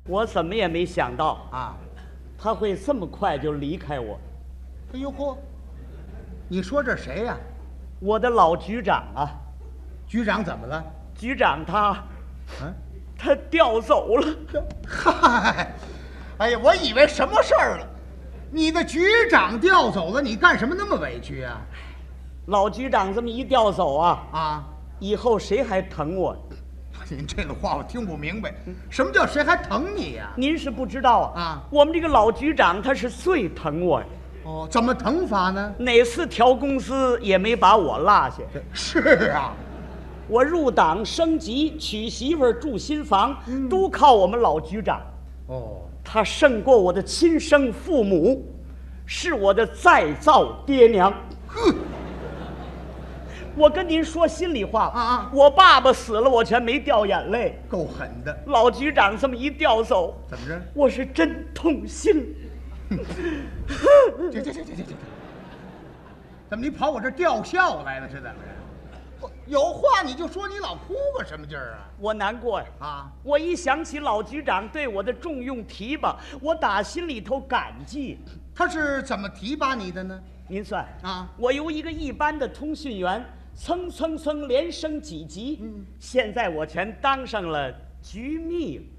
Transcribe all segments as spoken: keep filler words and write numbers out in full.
我怎么也没想到啊， 他会这么快就离开我。 哎呦嚯，你说这谁呀？ 我的老局长啊。 局长怎么了？ 局长他， 嗯， 他调走了。 嗨，哎呀，我以为什么事儿了？你的局长调走了，你干什么那么委屈啊？ 老局长这么一调走啊， 啊， 以后谁还疼我？ 您这个话我听不明白，什么叫谁还疼你呀？ 您是不知道啊。 啊， 我们这个老局长他是最疼我呀。 哦，怎么疼法呢？ 哪次调公司也没把我落下。 是啊， 我入党升级、娶媳妇儿、住新房， 嗯都靠我们老局长。 哦， 他胜过我的亲生父母，是我的再造爹娘。 呵， 我跟您说心里话啊啊我爸爸死了，我全没掉眼泪。 够狠的。 老局长这么一调走， 怎么着？ 我是真痛心。 这这这这这这，怎么你跑我这吊孝来了是怎么着？有话你就说，你老哭个什么劲儿啊？ 我难过呀！ 啊， 我一想起老局长对我的重用提拔，我打心里头感激。 他是怎么提拔你的呢？ 您算啊， 我由一个一般的通讯员，蹭蹭蹭连升几级， 嗯， 现在我全当上了局秘了。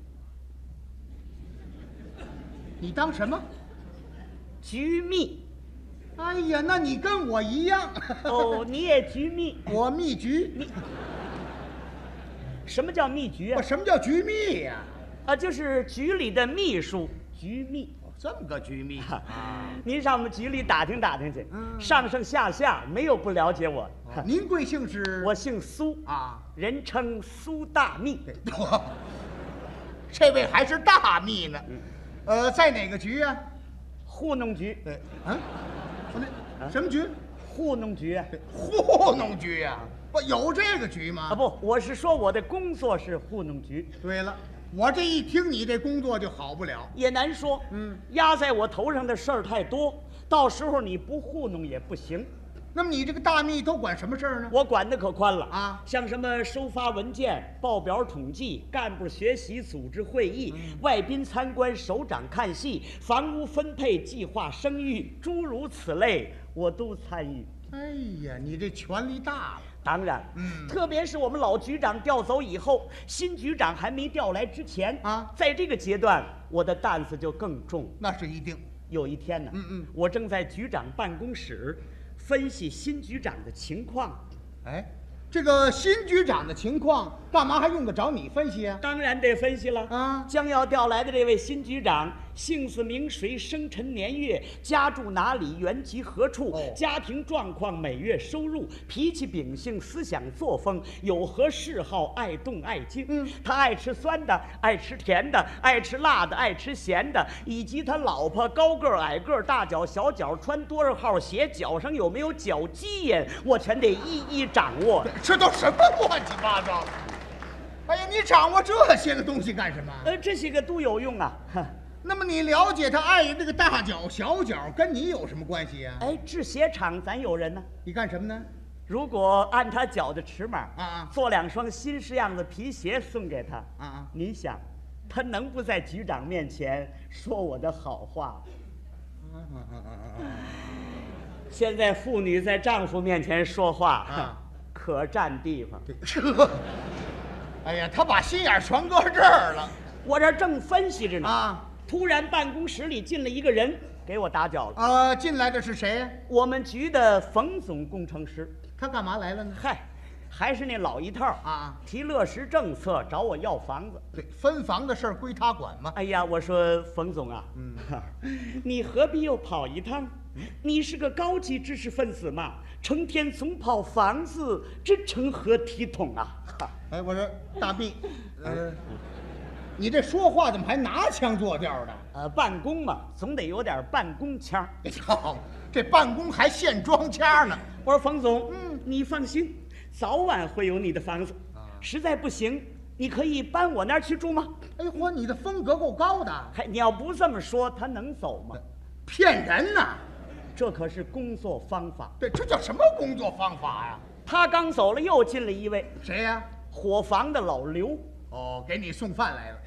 你当什么？ 局秘。 哎呀，那你跟我一样。 哦，你也局秘？ 我秘局。 秘什么叫秘局啊我？什么叫局秘呀？ 啊，就是局里的秘书，局秘。 这么个局秘啊？ 您上我们局里打听打听去， 嗯上上下下没有不了解我。 您贵姓是？ 我姓苏啊， 人称苏大秘。 我这位还是大秘呢。呃，在哪个局啊？ 糊弄局。 对，啊，我那什么局？ 糊弄局啊？ 糊弄局呀？不有这个局吗？ 啊不，我是说我的工作是糊弄局。 对了，我这一听你这工作就好不了。 也难说， 嗯， 压在我头上的事儿太多，到时候你不糊弄也不行。 那么你这个大秘都管什么事儿呢？ 我管的可宽了啊， 像什么收发文件、报表统计、干部学习、组织会议、 嗯、 外宾参观、首长看戏、房屋分配、计划生育，诸如此类，我都参与。 哎呀，你这权力大了。 当然， 嗯， 特别是我们老局长调走以后，新局长还没调来之前啊， 在这个阶段，我的担子就更重。 那是一定。 有一天呢， 嗯嗯， 我正在局长办公室分析新局长的情况。 哎，这个新局长的情况，干嘛还用得着你分析啊？ 当然得分析了啊！ 将要调来的这位新局长，姓氏名谁，生辰年月，家住哪里，原籍何处， 哦、 家庭状况，每月收入，脾气秉性，思想作风，有何嗜好，爱动爱静。 嗯， 他爱吃酸的，爱吃甜的，爱吃辣的，爱吃咸的，以及他老婆高个矮个，大脚小脚，穿多少号鞋，脚上有没有脚鸡眼，我全得一一掌握。 这都什么乱七八糟？哎呀，你掌握这些个东西干什么？ 呃，这些个都有用啊。 那么你了解他爱这个大脚小脚，跟你有什么关系呀？ 哎，制鞋厂咱有人呢。 你干什么呢？ 如果按他脚的尺码啊啊， 做两双新式样的皮鞋送给他啊啊， 你想，他能不在局长面前说我的好话？ 啊啊啊啊！ 现在妇女在丈夫面前说话啊， 可占地方。 这，哎呀，他把心眼全搁这儿了。 我这正分析着呢啊， 突然办公室里进了一个人，给我打搅了。 啊，进来的是谁？ 我们局的冯总工程师。 他干嘛来了呢？ 嗨，还是那老一套啊， 提落实政策，找我要房子。 对，分房的事儿归他管嘛。 哎呀，我说冯总啊， 嗯， 你何必又跑一趟？你是个高级知识分子嘛，成天总跑房子，这成何体统啊？ 哎，我说大毕，呃，你这说话怎么还拿腔作调的？ 呃，办公嘛，总得有点办公腔。 好，这办公还现装腔呢。 我说冯总， 嗯， 你放心，早晚会有你的房子。实在不行，你可以搬我那儿去住吗？ 哎嚯，你的风格够高的。 还你要不这么说，他能走吗？ 骗人呐！ 这可是工作方法。 对，这叫什么工作方法呀？ 他刚走了，又进了一位。 谁呀？ 伙房的老刘。 哦，给你送饭来了。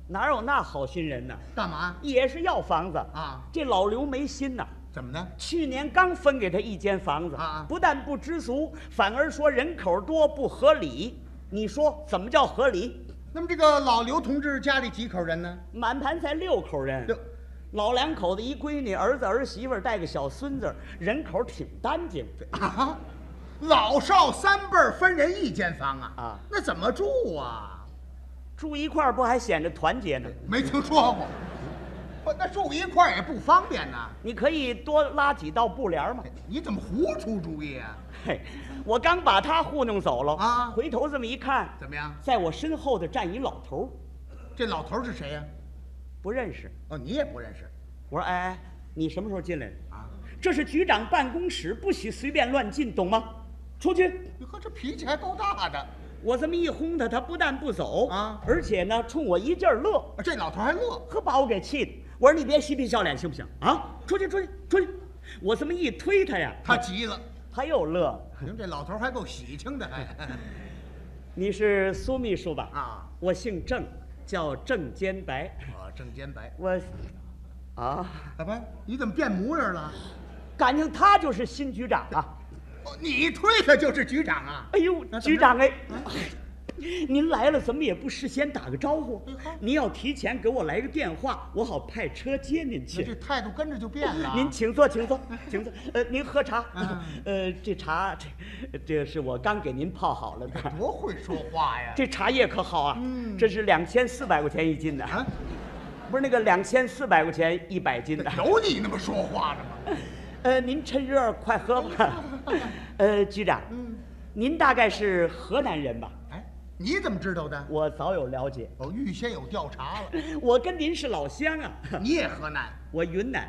哪有那好心人呢？ 干嘛？ 也是要房子啊。 这老刘没心呐。 怎么呢？ 去年刚分给他一间房子啊， 不但不知足，反而说人口多不合理。你说怎么叫合理？ 那么这个老刘同志家里几口人呢？ 满盘才六口人。 六。 老两口子一闺女，儿子儿媳妇带个小孙子，人口挺干净啊。老少三辈儿分人一间房啊？ 啊， 那怎么住啊？ 住一块儿不还显着团结呢？ 没听说过。不，那住一块儿也不方便呐。 你可以多拉几道布帘嘛。 你怎么胡出主意啊？ 嘿，我刚把他糊弄走了啊， 回头这么一看， 怎么样？ 在我身后的站一老头。 这老头是谁呀？ 不认识。 哦，你也不认识。 我说，哎哎，你什么时候进来的？ 啊， 这是局长办公室，不许随便乱进，懂吗？出去！ 你呵，这脾气还够大的。 我这么一轰他，他不但不走啊， 而且呢，冲我一劲儿乐。 这老头还乐， 可把我给气的。我说你别嬉皮笑脸，行不行啊？出去，出去，出去！我这么一推他呀， 他急了， 他又乐。 您这老头还够喜庆的，还。 你是苏秘书吧？ 啊， 我姓郑，叫郑坚白。 哦，郑坚白。 我，啊， 老白，你怎么变模样了？ 感情他就是新局长啊。 哦，你推他就是局长啊？ 哎呦，局长哎，您来了怎么也不事先打个招呼？您要提前给我来个电话，我好派车接您去。 这态度跟着就变了。 您请坐，请坐，请坐。呃，您喝茶。呃，这茶这这是我刚给您泡好了的。 多会说话呀！ 这茶叶可好啊！嗯，这是两千四百块钱一斤的啊， 不是那个两千四百块钱一百斤的。 有你那么说话的吗？ 呃，您趁热快喝吧。呃，局长，嗯，您大概是河南人吧？ 哎，你怎么知道的？ 我早有了解， 哦，预先有调查了。 我跟您是老乡啊。 你也河南？ 我云南。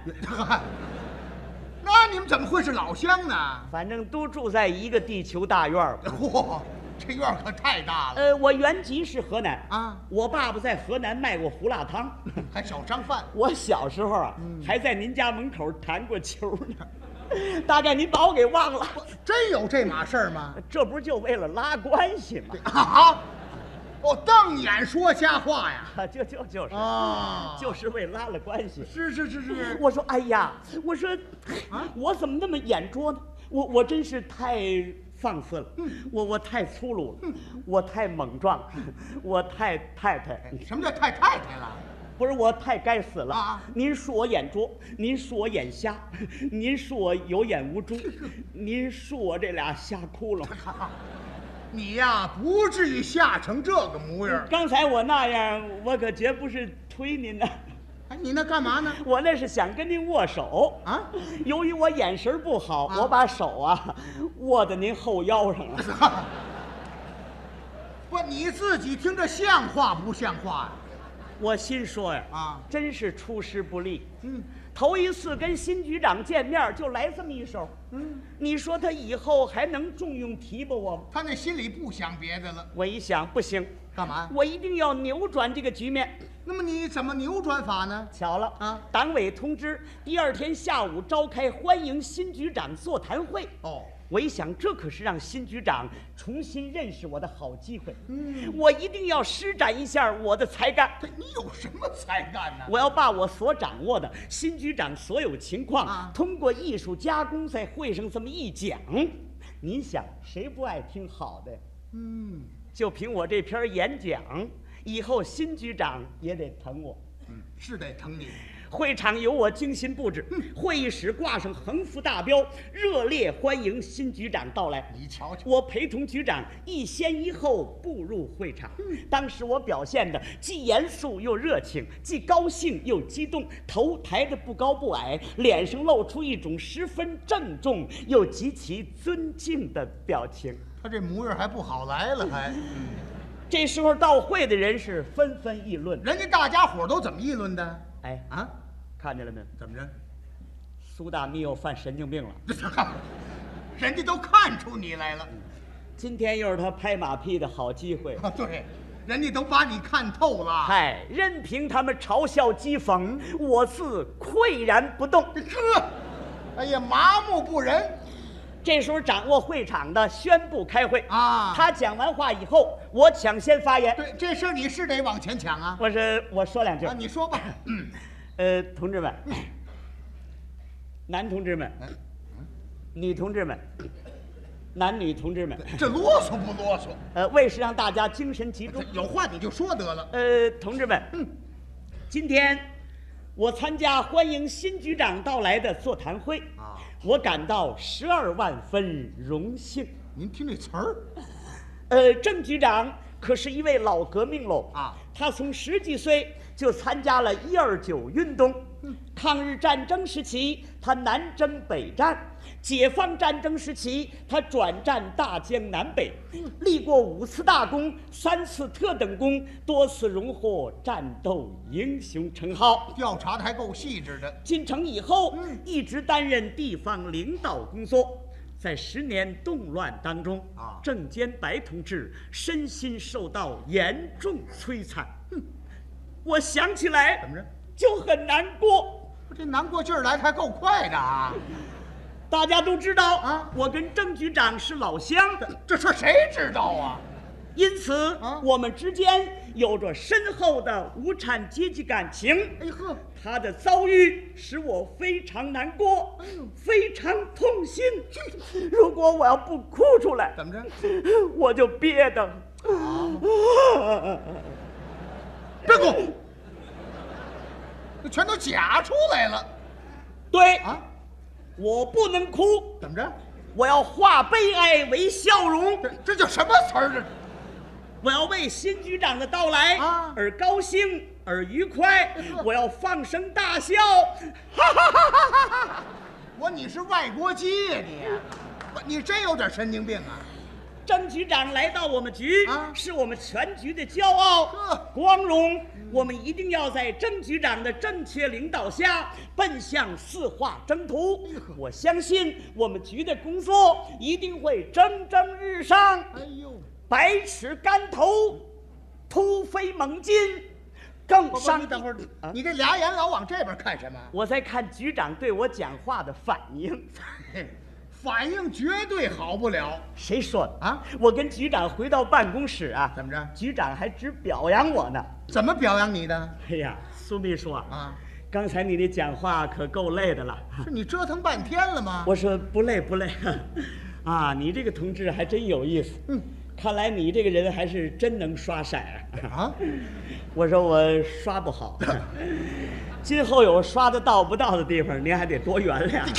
那你们怎么会是老乡呢？ 反正都住在一个地球大院儿。 嚯，这院儿可太大了。 呃，我原籍是河南啊， 我爸爸在河南卖过胡辣汤， 还小商贩。 我小时候啊， 嗯、 还在您家门口弹过球呢。大概您把我给忘了。 真有这码事儿吗？ 这不是就为了拉关系吗？ 啊！哦，瞪眼说瞎话呀！ 就就就是啊， 就是为拉了关系。 是是是是。 我说，哎呀，我说，啊，我怎么那么眼拙呢？我我真是太放肆了，嗯、我我太粗鲁了，嗯、我太莽撞，我太太太。 什么叫太太太了？ 不是我太该死了啊！ 您说我眼拙，您说我眼瞎，您说我有眼无珠，您说我这俩瞎窟窿。 你呀，不至于吓成这个模样。 刚才我那样，我可绝不是推您的。 哎，你那干嘛呢？ 我那是想跟您握手啊。 由于我眼神不好，啊、我把手啊握在您后腰上了。 不，你自己听着像话不像话呀？ 我心说呀，啊，真是出师不利。嗯，头一次跟新局长见面就来这么一手。嗯，你说他以后还能重用提拔我吗？ 他那心里不想别的了。 我一想，不行， 干嘛？ 我一定要扭转这个局面。 那么你怎么扭转法呢？ 巧了啊，党委通知第二天下午召开欢迎新局长座谈会。哦。我一想，这可是让新局长重新认识我的好机会。嗯，我一定要施展一下我的才干。 你有什么才干呢？ 我要把我所掌握的新局长所有情况，啊、通过艺术加工，在会上这么一讲。您想，谁不爱听好的？嗯，就凭我这篇演讲，以后新局长也得疼我。 嗯，是得疼你。 会场由我精心布置，会议室挂上横幅大标，热烈欢迎新局长到来。 你瞧瞧， 我陪同局长一先一后步入会场。当时我表现的既严肃又热情，既高兴又激动，头抬得不高不矮，脸上露出一种十分郑重又极其尊敬的表情。 他这模样还不好来了，还。嗯这时候到会的人是纷纷议论， 人家大家伙都怎么议论的？ 哎啊，看见了没？ 怎么着？ 苏大密又犯神经病了。 人家都看出你来了。 今天又是他拍马屁的好机会。 啊，对，人家都把你看透了。 嗨，任凭他们嘲笑讥讽，我自岿然不动。 呵，哎呀，麻木不仁。 这时候掌握会场的宣布开会啊。 他讲完话以后，我抢先发言。 对，这事儿你是得往前抢啊。 我是我说两句啊，你说吧。 嗯，呃，同志们，男同志们，女同志们，男女同志们， 这啰嗦不啰嗦？ 呃，为是让大家精神集中， 有话你就说得了。 呃，同志们，嗯，今天我参加欢迎新局长到来的座谈会啊，我感到十二万分荣幸。 您听这词儿， 呃，郑局长可是一位老革命喽啊， 他从十几岁就参加了一二九运动。抗日战争时期，他南征北战；解放战争时期，他转战大江南北，立过五次大功、三次特等功，多次荣获战斗英雄称号。 调查的还够细致的。 进城以后， 嗯， 一直担任地方领导工作。在十年动乱当中，啊，郑坚白同志身心受到严重摧残。哼，我想起来怎么着？ 就很难过， 这难过劲儿来的还够快的啊！ 大家都知道啊， 我跟郑局长是老乡， 这事谁知道啊？ 因此， 啊， 我们之间有着深厚的无产阶级感情。 哎呵， 他的遭遇使我非常难过，哎呦，非常痛心。如果我要不哭出来， 怎么着？ 我就憋得。 啊！别哭！全都假出来了。 对啊， 我不能哭。 怎么着？ 我要化悲哀为笑容。 这这叫什么词儿？这我要为新局长的到来啊而高兴而愉快。我要放声大笑。哈哈哈哈哈哈！ 我你是外国鸡呀你？你真有点神经病啊！ 郑局长来到我们局， 啊， 是我们全局的骄傲、光荣。我们一定要在郑局长的正确领导下，奔向四化征途。我相信我们局的工作一定会蒸蒸日上。 哎呦， 百尺竿头，突飞猛进，更上。 你等会儿，啊，你这俩眼老往这边看什么？ 我在看局长对我讲话的反应。 反应绝对好不了。 谁说的啊？ 我跟局长回到办公室啊， 怎么着？ 局长还只表扬我呢。 怎么表扬你的？ 哎呀，苏秘书啊， 啊， 刚才你的讲话可够累的了。 是你折腾半天了吗？ 我说不累不累。啊，你这个同志还真有意思。嗯，看来你这个人还是真能刷色啊。我说我刷不好，今后有刷得到不到的地方，您还得多原谅。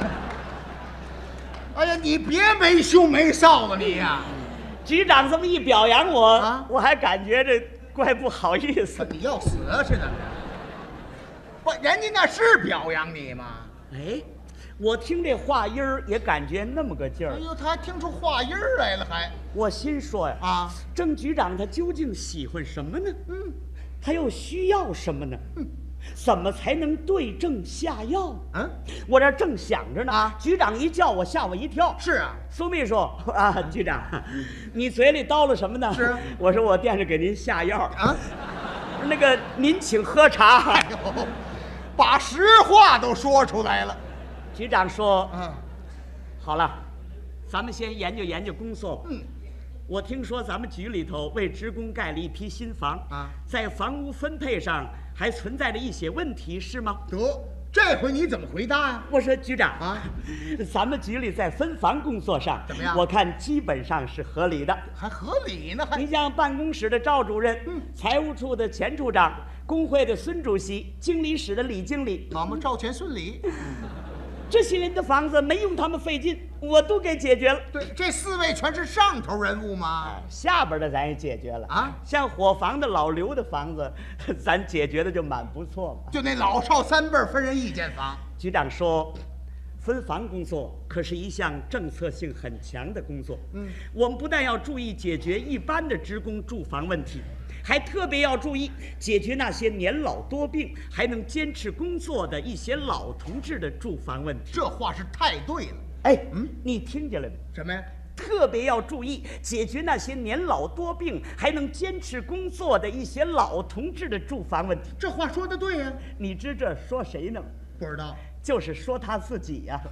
哎呀，你别没羞没臊了你呀！ 局长这么一表扬我， 啊， 我还感觉这怪不好意思。 你要死啊？是怎么着？不，人家那是表扬你吗？ 哎，我听这话音儿也感觉那么个劲儿。 哎呦，他还听出话音儿来了还？ 我心说呀， 啊， 郑局长他究竟喜欢什么呢？嗯，他又需要什么呢？嗯。怎么才能对症下药？嗯，我这正想着呢，啊，局长一叫我，吓我一跳。 是啊， 苏秘书啊，局长，你嘴里叨了什么呢？ 是， 我说我惦着给您下药啊。那个，您请喝茶。 哎呦，把实话都说出来了。 局长说， 嗯， 好了，咱们先研究研究工作吧。嗯。我听说咱们局里头为职工盖了一批新房啊，在房屋分配上还存在着一些问题，是吗？ 得，这回你怎么回答呀？ 我说局长啊， 咱们局里在分房工作上怎么样？ 我看基本上是合理的， 还合理呢？还你像办公室的赵主任，嗯，财务处的钱处长，工会的孙主席，经理室的李经理， 好嘛，赵钱孙李。 这些人的房子没用他们费劲，我都给解决了。 对，这四位全是上头人物吗？ 哎，下边的咱也解决了啊。 像伙房的老刘的房子，咱解决的就蛮不错嘛。 就那老少三辈分人一间房。 局长说，分房工作可是一项政策性很强的工作。嗯，我们不但要注意解决一般的职工住房问题，还特别要注意解决那些年老多病还能坚持工作的一些老同志的住房问题。 这话是太对了。 哎，嗯，你听见了没？ 什么呀？ 特别要注意解决那些年老多病还能坚持工作的一些老同志的住房问题。 这话说的对呀。 你知这说谁呢？ 不知道。 就是说他自己呀。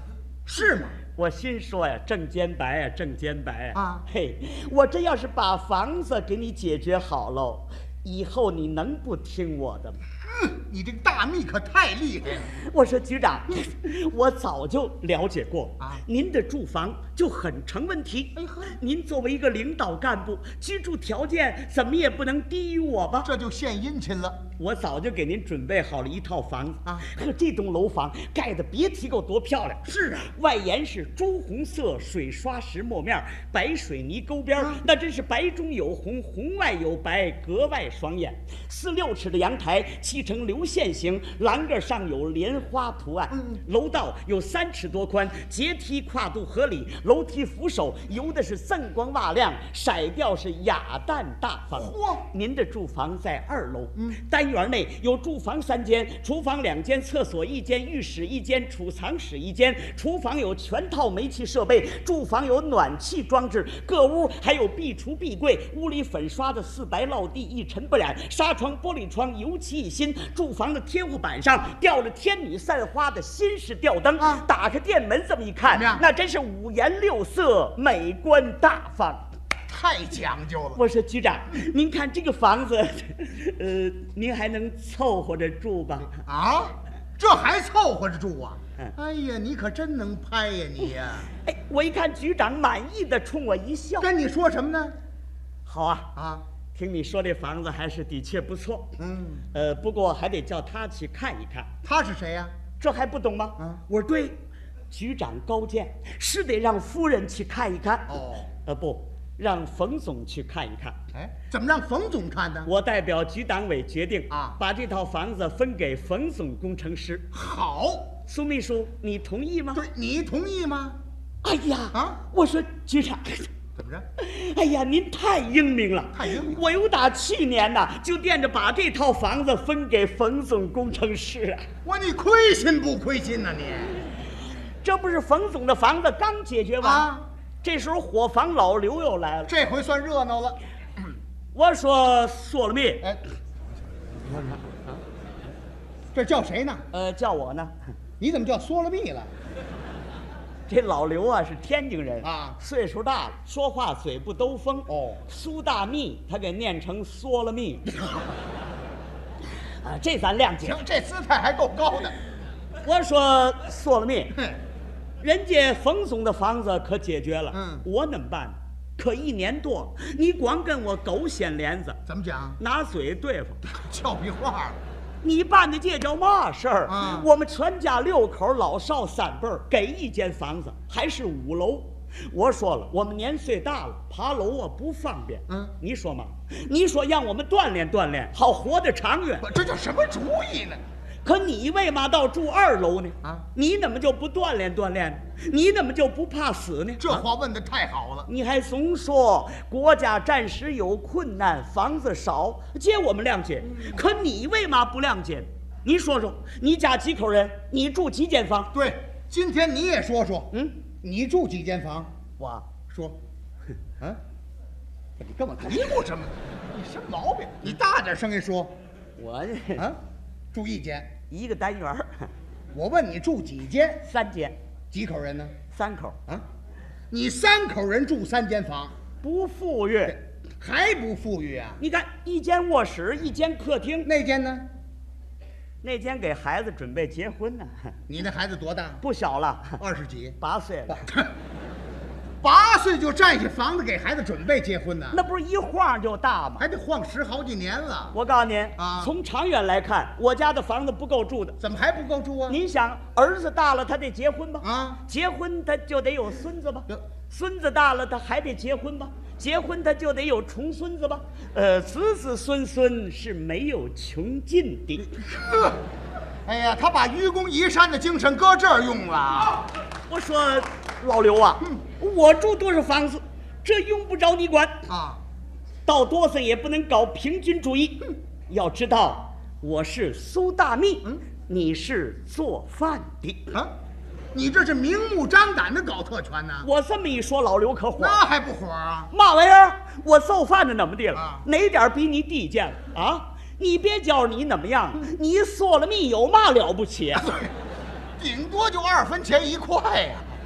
是吗？ 我心说呀，挣肩白呀，挣肩白呀！ 啊， 嘿，我这要是把房子给你解决好喽，以后你能不听我的吗？ 嗯，你这个大秘可太厉害了。 我说局长，我早就了解过啊， 您的住房就很成问题。 哎呵， 您作为一个领导干部，居住条件怎么也不能低于我吧？ 这就献殷勤了。 我早就给您准备好了一套房子啊， 呵，这栋楼房盖的别提够多漂亮。 是啊， 外檐是朱红色水刷石磨面，白水泥沟边，啊、那真是白中有红，红外有白，格外爽眼。四六尺的阳台砌成流线型，栏杆上有莲花图案。嗯，楼道有三尺多宽，阶梯跨度合理，楼梯扶手油的是锃光瓦亮，色调是雅淡大方。 嚯， 您的住房在二楼， 嗯， 单元内有住房三间，厨房两间，厕所一间，浴室一间，储藏室一间。厨房有全套煤气设备，住房有暖气装置，各屋还有壁橱壁柜。屋里粉刷的四白落地，一尘不染，纱窗玻璃窗油漆一新。住房的天花板上吊着天女散花的新式吊灯，啊、打开店门这么一看，那真是五颜六色，美观大方。 太讲究了！ 我说局长，您看这个房子，呃，您还能凑合着住吧？ 啊，这还凑合着住啊？嗯、哎呀，你可真能拍呀你呀！ 哎，我一看局长满意的冲我一笑， 跟你说什么呢？ 好啊啊， 听你说这房子还是的确不错。 嗯， 呃，不过还得叫他去看一看。 他是谁呀？ 这还不懂吗？ 嗯， 我说对，局长高见，是得让夫人去看一看。 哦， 呃不。让冯总去看一看。 哎，怎么让冯总看呢？ 我代表局党委决定啊， 把这套房子分给冯总工程师。 好， 苏秘书，你同意吗？ 对，你同意吗？ 哎呀， 啊， 我说局长， 怎么着？ 哎呀，您太英明了， 太英明！ 我有打去年呐，就惦着把这套房子分给冯总工程师啊。 我你亏心不亏心呐、啊、你？ 这不是冯总的房子刚解决完？啊，这时候伙房老刘又来了， 这回算热闹了。 我说说了没？ 哎，这叫谁呢？ 呃，叫我呢。 你怎么叫嗦了蜜了？ 这老刘啊是天津人啊， 岁数大了，说话嘴不兜风。 哦， 苏大蜜他给念成嗦了蜜。啊，这咱谅解。 行，这姿态还够高的。 我说嗦了蜜。人家冯总的房子可解决了， 嗯， 我怎么办呢？可一年多，你光跟我狗掀帘子， 怎么讲？ 拿嘴对付， 俏皮话了。 你办的这叫嘛事儿？ 啊， 我们全家六口老少三辈儿给一间房子，还是五楼。我说了，我们年岁大了，爬楼啊不方便。 嗯， 你说嘛？你说让我们锻炼锻炼，好活得长远。 这叫什么主意呢？ 可你为嘛到住二楼呢？ 啊， 你怎么就不锻炼锻炼呢？你怎么就不怕死呢？ 这话问得太好了。 啊、你还总说国家暂时有困难，房子少，这我们谅解。嗯、可你为嘛不谅解？你说说，你家几口人？你住几间房？ 对，今天你也说说。 嗯， 你住几间房？ 我说。啊，你跟我嘀咕什么？你什么毛病？你大点声音说。 我啊。住一间， 一个单元。 我问你住几间？ 三间。 几口人呢？ 三口。 啊，你三口人住三间房， 不富裕， 还不富裕啊？ 你看，一间卧室，一间客厅。 那间呢？ 那间给孩子准备结婚呢。 你那孩子多大？ 不小了， 二十几， 八岁了。 八岁就占下房子给孩子准备结婚呢？ 那不是一晃就大吗？ 还得晃十好几年了。 我告诉您啊， 从长远来看，我家的房子不够住的。 怎么还不够住啊？ 您想，儿子大了，他得结婚吧？ 啊， 结婚他就得有孙子吧？孙子大了，他还得结婚吧？结婚他就得有重孙子吧？呃，子子孙孙是没有穷尽的。 呵，哎呀，他把愚公移山的精神搁这儿用了。 我说老刘啊，嗯，我住多少房子，这用不着你管啊。 到多少也不能搞平均主义。嗯，要知道我是苏大蜜，嗯，你是做饭的啊。你这是明目张胆的搞特权呢！ 我这么一说，老刘可火。 那还不火啊？ 嘛玩意儿？我做饭的怎么地了？ 啊、 哪点比你低贱了啊？你别教你怎么样，嗯、你嗦了蜜有嘛了不起啊？ 对，顶多就二分钱一块呀、啊。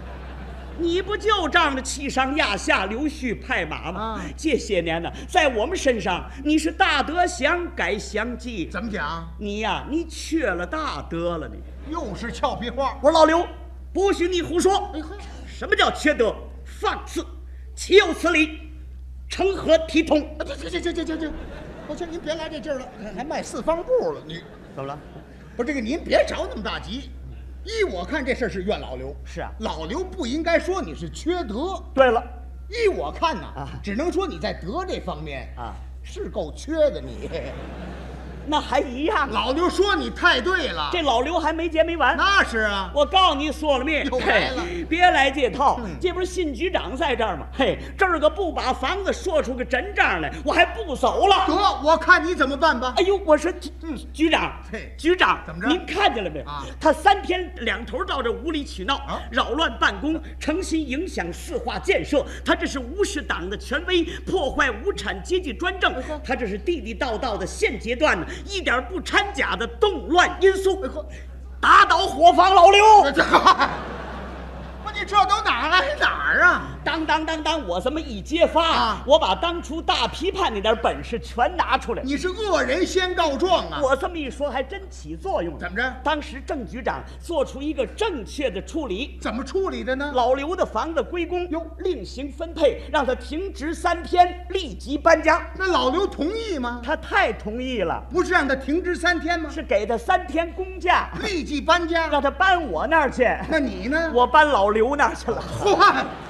你不就仗着欺上压下、溜须拍马吗？ 啊， 这些年呢，在我们身上你是大德祥，该祥记。 怎么讲？ 你呀、啊，你缺了大德了，你又是俏皮话。 我说老刘，不许你胡说。 哎呵， 什么叫缺德？放肆！岂有此理！成何体统？ 啊，这这这这这这这，我说您别来这劲儿了，还卖四方步了，你怎么了？ 不是这个，您别着那么大急。依我看，这事儿是怨老刘。 是啊， 老刘不应该说你是缺德。 对了， 依我看呢， 啊， 只能说你在德这方面啊是够缺的你。 那还一样。 老刘说你太对了， 这老刘还没结没完。 那是啊， 我告诉你，说了命， 又来了， 别来这套。 嗯这不是新局长在这儿吗？嘿，这儿个不把房子说出个真账来，我还不走了。 得，我看你怎么办吧。 哎呦，我说， 嗯局长， 嘿局长， 怎么着您看见了没有？ 啊他三天两头到这无理取闹， 啊扰乱办公，诚心影响市化建设。他这是无视党的权威，破坏无产阶级专政。他这是地地道道的现阶段呢，一点不掺假的动乱因素。打倒伙房老刘。 这不，你这都哪儿来哪儿啊？ 当当当当，我这么一揭发， 啊我把当初大批判那点本事全拿出来。 你是恶人先告状啊！ 我这么一说，还真起作用了。 怎么着？ 当时郑局长做出一个正确的处理， 怎么处理的呢？ 老刘的房子归公，哟，另行分配，让他停职三天，立即搬家。 那老刘同意吗？ 他太同意了， 不是让他停职三天吗？ 是给他三天公假， 立即搬家。 让他搬我那儿去。 那你呢？ 我搬老刘那儿去了。 嚯！